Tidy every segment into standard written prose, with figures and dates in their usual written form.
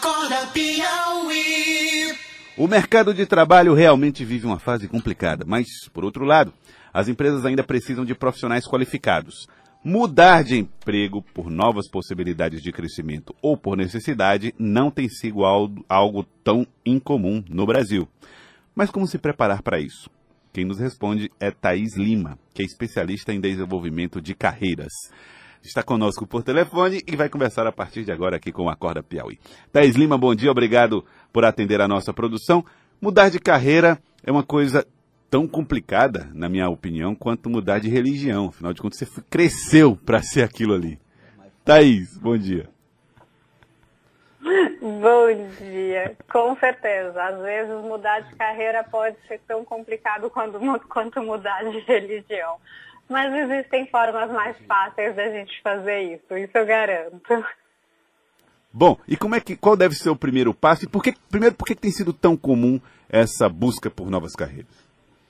Acorda Piauí. O mercado de trabalho realmente vive uma fase complicada, mas, por outro lado, as empresas ainda precisam de profissionais qualificados. Mudar de emprego por novas possibilidades de crescimento ou por necessidade não tem sido algo tão incomum no Brasil. Mas como se preparar para isso? Quem nos responde é Thaís Lima, que é especialista em desenvolvimento de carreiras. Está conosco por telefone e vai conversar a partir de agora aqui com o Acorda Piauí. Thaís Lima, bom dia, obrigado por atender a nossa produção. Mudar de carreira é uma coisa tão complicada, na minha opinião, quanto mudar de religião. Afinal de contas, você cresceu para ser aquilo ali. Thaís, bom dia. Bom dia, com certeza. Às vezes mudar de carreira pode ser tão complicado quanto mudar de religião. Mas existem formas mais fáceis da gente fazer isso eu garanto. Bom, e qual deve ser o primeiro passo? E por que tem sido tão comum essa busca por novas carreiras?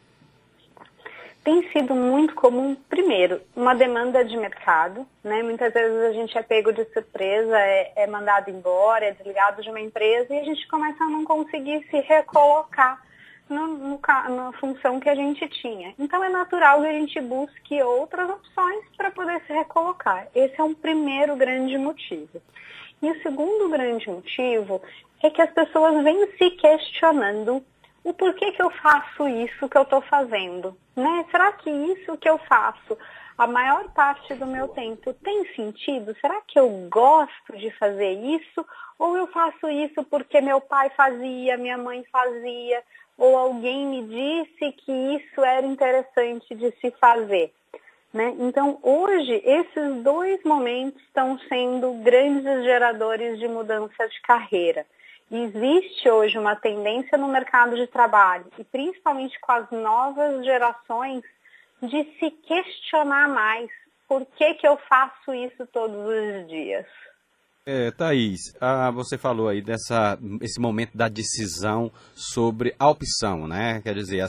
Tem sido muito comum, primeiro, uma demanda de mercado, né? Muitas vezes a gente é pego de surpresa, é mandado embora, é desligado de uma empresa e a gente começa a não conseguir se recolocar na função que a gente tinha. Então é natural que a gente busque outras opções para poder se recolocar. Esse é um primeiro grande motivo. E o segundo grande motivo é que as pessoas vêm se questionando o porquê que eu faço isso que eu estou fazendo, né? Será que isso que eu faço a maior parte do meu tempo tem sentido? Será que eu gosto de fazer isso? Ou eu faço isso porque meu pai fazia, minha mãe fazia, ou alguém me disse que isso era interessante de se fazer, né? Então, hoje, esses dois momentos estão sendo grandes geradores de mudança de carreira. Existe hoje uma tendência no mercado de trabalho, e principalmente com as novas gerações, de se questionar mais por que eu faço isso todos os dias. Thaís, você falou aí esse momento da decisão sobre a opção, né? Quer dizer,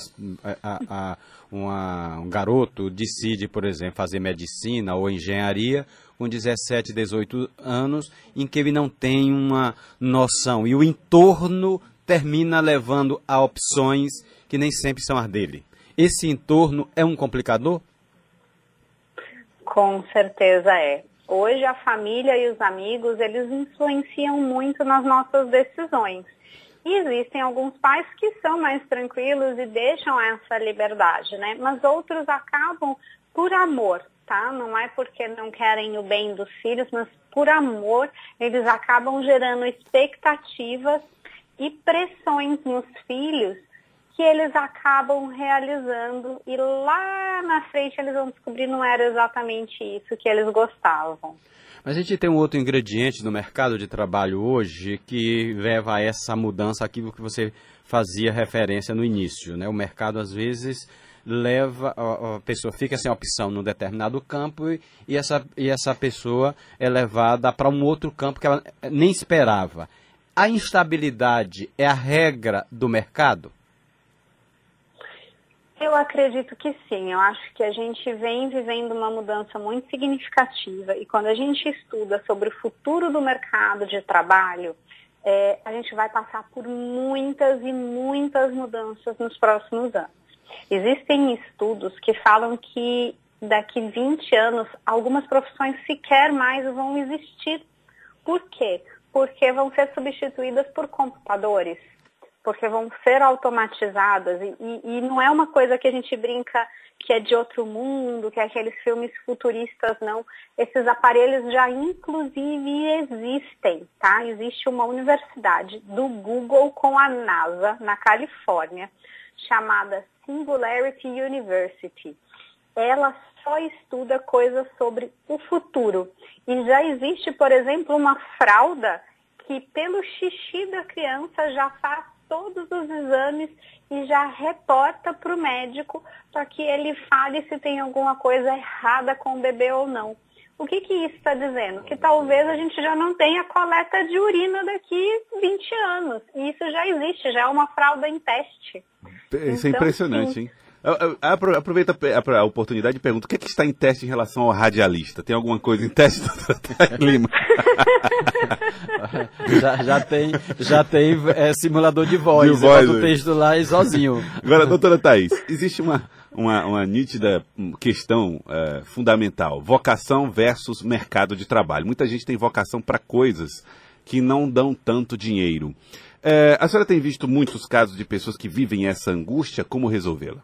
um garoto decide, por exemplo, fazer medicina ou engenharia com 17, 18 anos, em que ele não tem uma noção e o entorno termina levando a opções que nem sempre são as dele. Esse entorno é um complicador? Com certeza é. Hoje a família e os amigos, eles influenciam muito nas nossas decisões. E existem alguns pais que são mais tranquilos e deixam essa liberdade, né? Mas outros acabam por amor, tá? Não é porque não querem o bem dos filhos, mas por amor eles acabam gerando expectativas e pressões nos filhos que eles acabam realizando e lá na frente eles vão descobrir que não era exatamente isso que eles gostavam. Mas a gente tem um outro ingrediente no mercado de trabalho hoje que leva a essa mudança, aquilo que você fazia referência no início, né? O mercado às vezes leva, a pessoa fica sem opção num determinado campo e essa pessoa é levada para um outro campo que ela nem esperava. A instabilidade é a regra do mercado? Eu acredito que sim. Eu acho que a gente vem vivendo uma mudança muito significativa e quando a gente estuda sobre o futuro do mercado de trabalho, a gente vai passar por muitas e muitas mudanças nos próximos anos. Existem estudos que falam que daqui 20 anos algumas profissões sequer mais vão existir. Por quê? Porque vão ser substituídas por computadores. Porque vão ser automatizadas e não é uma coisa que a gente brinca que é de outro mundo, que é aqueles filmes futuristas, não. Esses aparelhos já inclusive existem, tá? Existe uma universidade do Google com a NASA, na Califórnia, chamada Singularity University. Ela só estuda coisas sobre o futuro. E já existe, por exemplo, uma fralda que pelo xixi da criança já faz todos os exames e já reporta para o médico para que ele fale se tem alguma coisa errada com o bebê ou não. O que isso está dizendo? Que talvez a gente já não tenha coleta de urina daqui 20 anos. E isso já existe, já é uma fralda em teste. Isso é impressionante, hein? Aproveita a oportunidade e pergunta, o que está em teste em relação ao radialista? Tem alguma coisa em teste, doutora Lima? já tem simulador de voz, você faz o texto lá e sozinho. Agora, doutora Thaís, existe uma nítida questão fundamental, vocação versus mercado de trabalho. Muita gente tem vocação para coisas que não dão tanto dinheiro. A senhora tem visto muitos casos de pessoas que vivem essa angústia, como resolvê-la?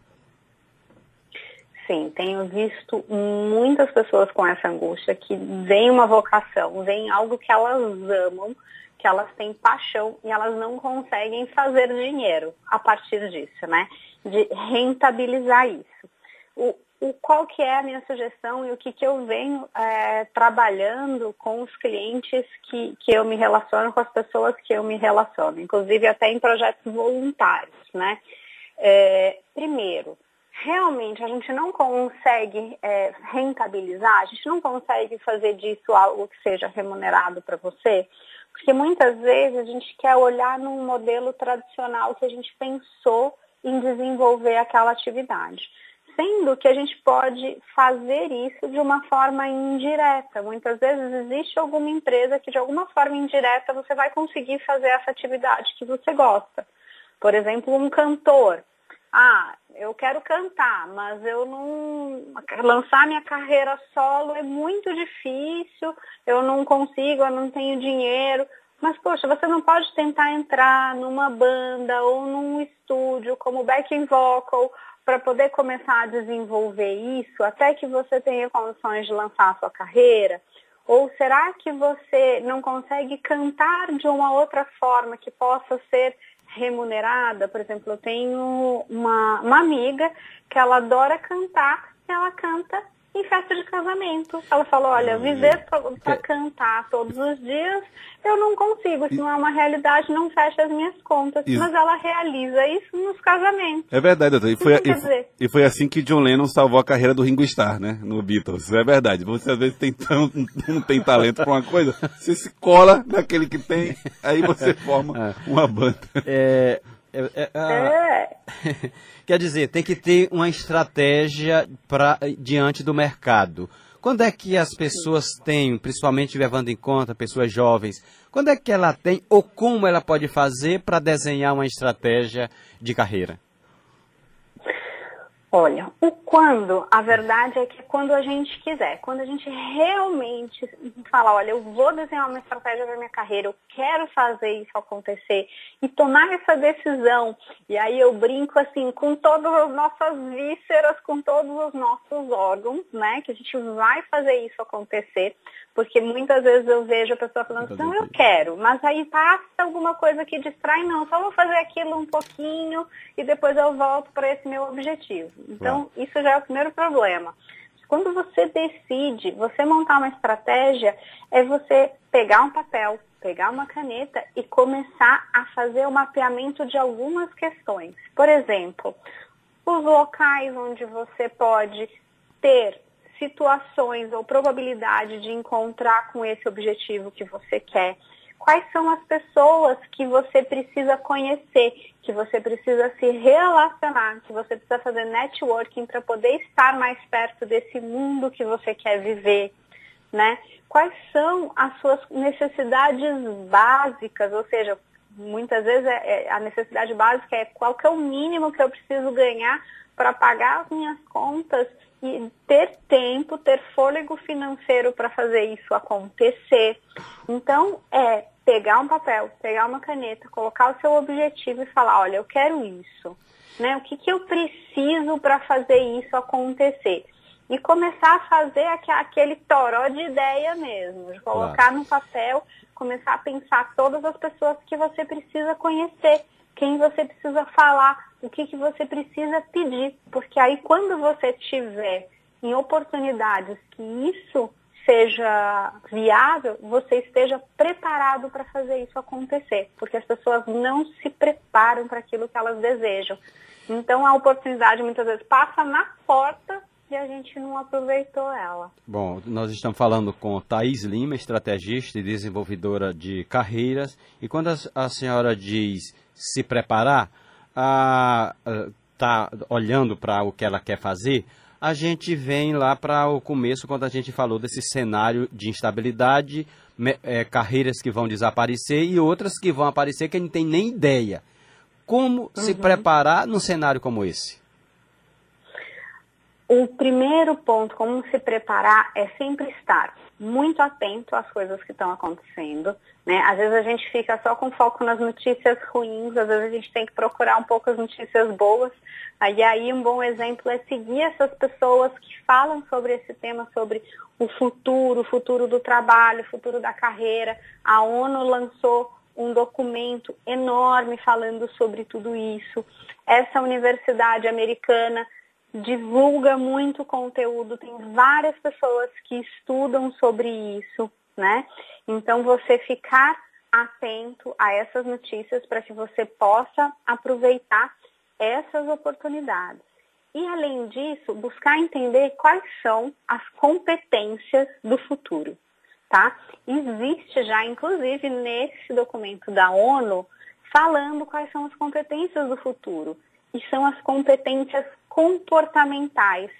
Sim, tenho visto muitas pessoas com essa angústia, que vem uma vocação, vem algo que elas amam, que elas têm paixão e elas não conseguem fazer dinheiro a partir disso, né? De rentabilizar isso. Qual que é a minha sugestão e o que eu venho trabalhando com os clientes que eu me relaciono, com as pessoas que eu me relaciono, inclusive até em projetos voluntários, né? Primeiro, realmente a gente não consegue rentabilizar, a gente não consegue fazer disso algo que seja remunerado para você, porque muitas vezes a gente quer olhar num modelo tradicional que a gente pensou em desenvolver aquela atividade. Sendo que a gente pode fazer isso de uma forma indireta. Muitas vezes existe alguma empresa que de alguma forma indireta você vai conseguir fazer essa atividade que você gosta. Por exemplo, um cantor. Eu quero cantar, mas eu não... lançar minha carreira solo é muito difícil, eu não consigo, eu não tenho dinheiro. Mas, poxa, você não pode tentar entrar numa banda ou num estúdio como backing vocal para poder começar a desenvolver isso até que você tenha condições de lançar a sua carreira? Ou será que você não consegue cantar de uma outra forma que possa ser remunerada? Por exemplo, eu tenho uma amiga que ela adora cantar e ela canta em festa de casamento. Ela falou, olha, viver para cantar todos os dias, eu não consigo, isso não é uma realidade, não fecha as minhas contas. Mas ela realiza isso nos casamentos. É verdade, doutor. E foi assim que John Lennon salvou a carreira do Ringo Starr, né? No Beatles. É verdade. Você às vezes não tem talento para uma coisa, você se cola naquele que tem, aí você forma uma banda. Quer dizer, tem que ter uma estratégia diante do mercado. Quando é que as pessoas têm, principalmente levando em conta pessoas jovens, quando é que ela tem ou como ela pode fazer para desenhar uma estratégia de carreira? Olha, a verdade é que quando a gente quiser, quando a gente realmente fala, olha, eu vou desenhar uma estratégia para minha carreira, eu quero fazer isso acontecer e tomar essa decisão, e aí eu brinco assim, com todas as nossas vísceras, com todos os nossos órgãos, né, que a gente vai fazer isso acontecer, porque muitas vezes eu vejo a pessoa falando, não, eu quero, mas aí passa alguma coisa que distrai, não, só vou fazer aquilo um pouquinho e depois eu volto para esse meu objetivo. Então, isso já é o primeiro problema. Quando você decide, você montar uma estratégia, é você pegar um papel, pegar uma caneta e começar a fazer o mapeamento de algumas questões. Por exemplo, os locais onde você pode ter situações ou probabilidade de encontrar com esse objetivo que você quer. Quais são as pessoas que você precisa conhecer, que você precisa se relacionar, que você precisa fazer networking para poder estar mais perto desse mundo que você quer viver, né? Quais são as suas necessidades básicas, ou seja, muitas vezes a necessidade básica é qual que é o mínimo que eu preciso ganhar para pagar as minhas contas e ter tempo, ter fôlego financeiro para fazer isso acontecer. Então, pegar um papel, pegar uma caneta, colocar o seu objetivo e falar, olha, eu quero isso, né? O que eu preciso para fazer isso acontecer? E começar a fazer aquele toró de ideia mesmo, de colocar no papel, começar a pensar todas as pessoas que você precisa conhecer, quem você precisa falar, o que você precisa pedir. Porque aí quando você tiver em oportunidades que isso seja viável, você esteja preparado para fazer isso acontecer. Porque as pessoas não se preparam para aquilo que elas desejam. Então a oportunidade muitas vezes passa na porta e a gente não aproveitou ela. Bom, nós estamos falando com Thaís Lima, estrategista e desenvolvedora de carreiras. E quando a senhora diz se preparar, está olhando para o que ela quer fazer, a gente vem lá para o começo, quando a gente falou desse cenário de instabilidade, carreiras que vão desaparecer e outras que vão aparecer que a gente não tem nem ideia. Como se preparar num cenário como esse? O primeiro ponto, como se preparar, é sempre estar muito atento às coisas que estão acontecendo, né? Às vezes a gente fica só com foco nas notícias ruins, às vezes a gente tem que procurar um pouco as notícias boas. Aí um bom exemplo é seguir essas pessoas que falam sobre esse tema, sobre o futuro do trabalho, o futuro da carreira. A ONU lançou um documento enorme falando sobre tudo isso. Essa universidade americana divulga muito conteúdo, tem várias pessoas que estudam sobre isso, né? Então, você ficar atento a essas notícias para que você possa aproveitar essas oportunidades. E, além disso, buscar entender quais são as competências do futuro, tá? Existe já, inclusive, nesse documento da ONU, falando quais são as competências do futuro. E são as competências comportamentais.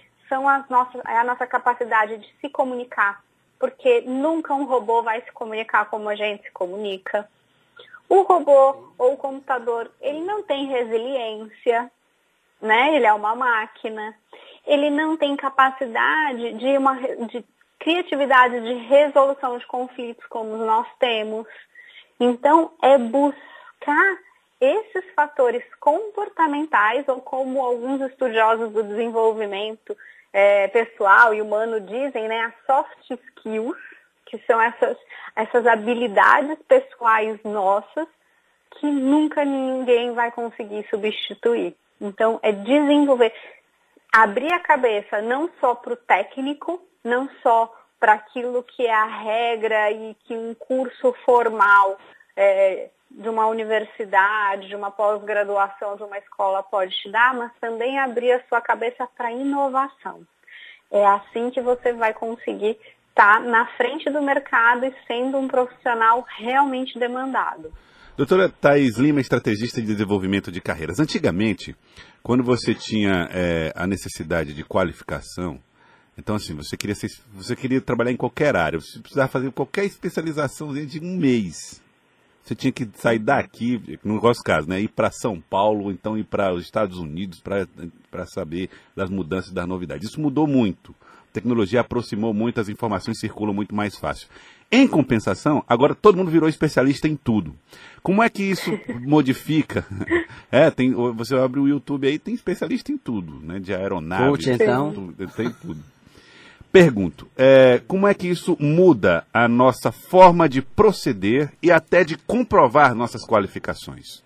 É a nossa capacidade de se comunicar, porque nunca um robô vai se comunicar como a gente se comunica. O robô ou o computador, ele não tem resiliência, né? Ele é uma máquina. Ele não tem capacidade de criatividade de resolução de conflitos como nós temos. Então, é buscar esses fatores comportamentais, ou como alguns estudiosos do desenvolvimento pessoal e humano dizem, né, as soft skills, que são essas habilidades pessoais nossas, que nunca ninguém vai conseguir substituir. Então, é desenvolver, abrir a cabeça não só para o técnico, não só para aquilo que é a regra e que um curso formal de uma universidade, de uma pós-graduação, de uma escola pode te dar, mas também abrir a sua cabeça para inovação. É assim que você vai conseguir estar na frente do mercado e sendo um profissional realmente demandado. Doutora Thaís Lima, estrategista de desenvolvimento de carreiras. Antigamente, quando você tinha a necessidade de qualificação, então assim, você queria trabalhar em qualquer área, você precisava fazer qualquer especialização de um mês. Você tinha que sair daqui, no nosso caso, né, ir para São Paulo, ou então ir para os Estados Unidos para saber das mudanças, das novidades. Isso mudou muito. A tecnologia aproximou muito, as informações circulam muito mais fácil. Em compensação, agora todo mundo virou especialista em tudo. Como é que isso modifica? Você abre o YouTube aí, tem especialista em tudo, né, de aeronave. Coach, então. Tem tudo. Pergunto, como é que isso muda a nossa forma de proceder e até de comprovar nossas qualificações?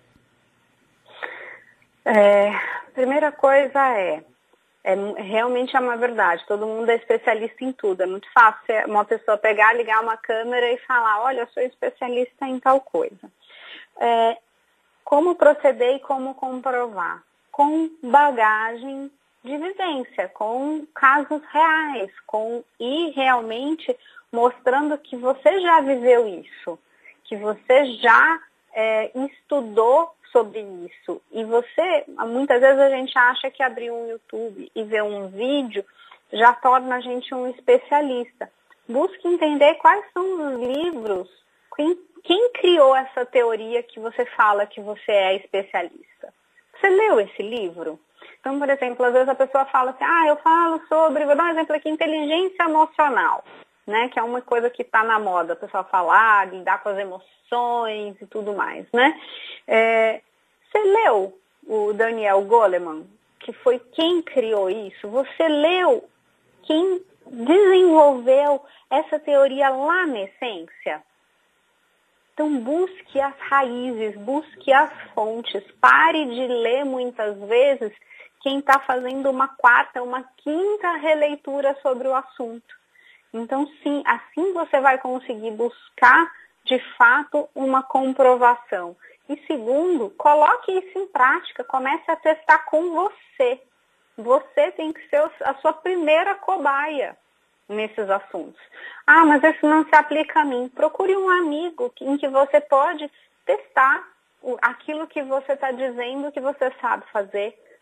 Primeira coisa realmente é uma verdade, todo mundo é especialista em tudo. É muito fácil uma pessoa pegar, ligar uma câmera e falar, olha, eu sou especialista em tal coisa. Como proceder e como comprovar? Com bagagem de vivência, com casos reais, e realmente mostrando que você já viveu isso, que você já estudou sobre isso. E muitas vezes a gente acha que abrir um YouTube e ver um vídeo já torna a gente um especialista. Busque entender quais são os livros, quem criou essa teoria que você fala que você é especialista. Você leu esse livro? Então, por exemplo, às vezes a pessoa fala assim, eu falo sobre, vou dar um exemplo aqui, inteligência emocional, né? Que é uma coisa que está na moda, a pessoa falar, lidar com as emoções e tudo mais, né? Você leu o Daniel Goleman, que foi quem criou isso? Você leu quem desenvolveu essa teoria lá na essência? Então, busque as raízes, busque as fontes, pare de ler muitas vezes quem está fazendo uma quarta, uma quinta releitura sobre o assunto. Então, sim, assim você vai conseguir buscar, de fato, uma comprovação. E segundo, coloque isso em prática, comece a testar com você. Você tem que ser a sua primeira cobaia nesses assuntos. Mas isso não se aplica a mim. Procure um amigo em que você pode testar aquilo que você está dizendo que você sabe fazer.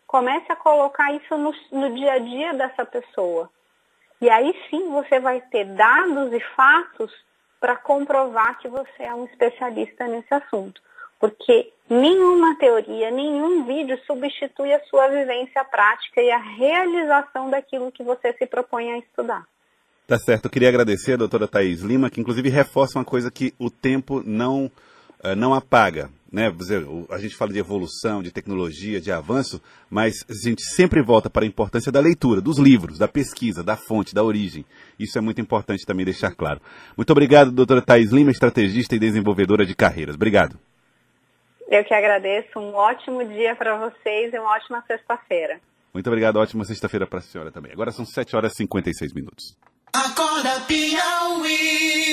Comece a colocar isso no dia a dia dessa pessoa. E aí sim você vai ter dados e fatos para comprovar que você é um especialista nesse assunto. Porque nenhuma teoria, nenhum vídeo substitui a sua vivência prática e a realização daquilo que você se propõe a estudar. Tá certo. Eu queria agradecer a doutora Thaís Lima, que inclusive reforça uma coisa que o tempo não apaga. Né? A gente fala de evolução, de tecnologia, de avanço, mas a gente sempre volta para a importância da leitura, dos livros, da pesquisa, da fonte, da origem. Isso é muito importante também deixar claro. Muito obrigado, doutora Thaís Lima, estrategista e desenvolvedora de carreiras. Obrigado. Eu que agradeço. Um ótimo dia para vocês e uma ótima sexta-feira. Muito obrigado. Ótima sexta-feira para a senhora também. Agora são 7 horas e 56 minutos. Acorda, Piauí.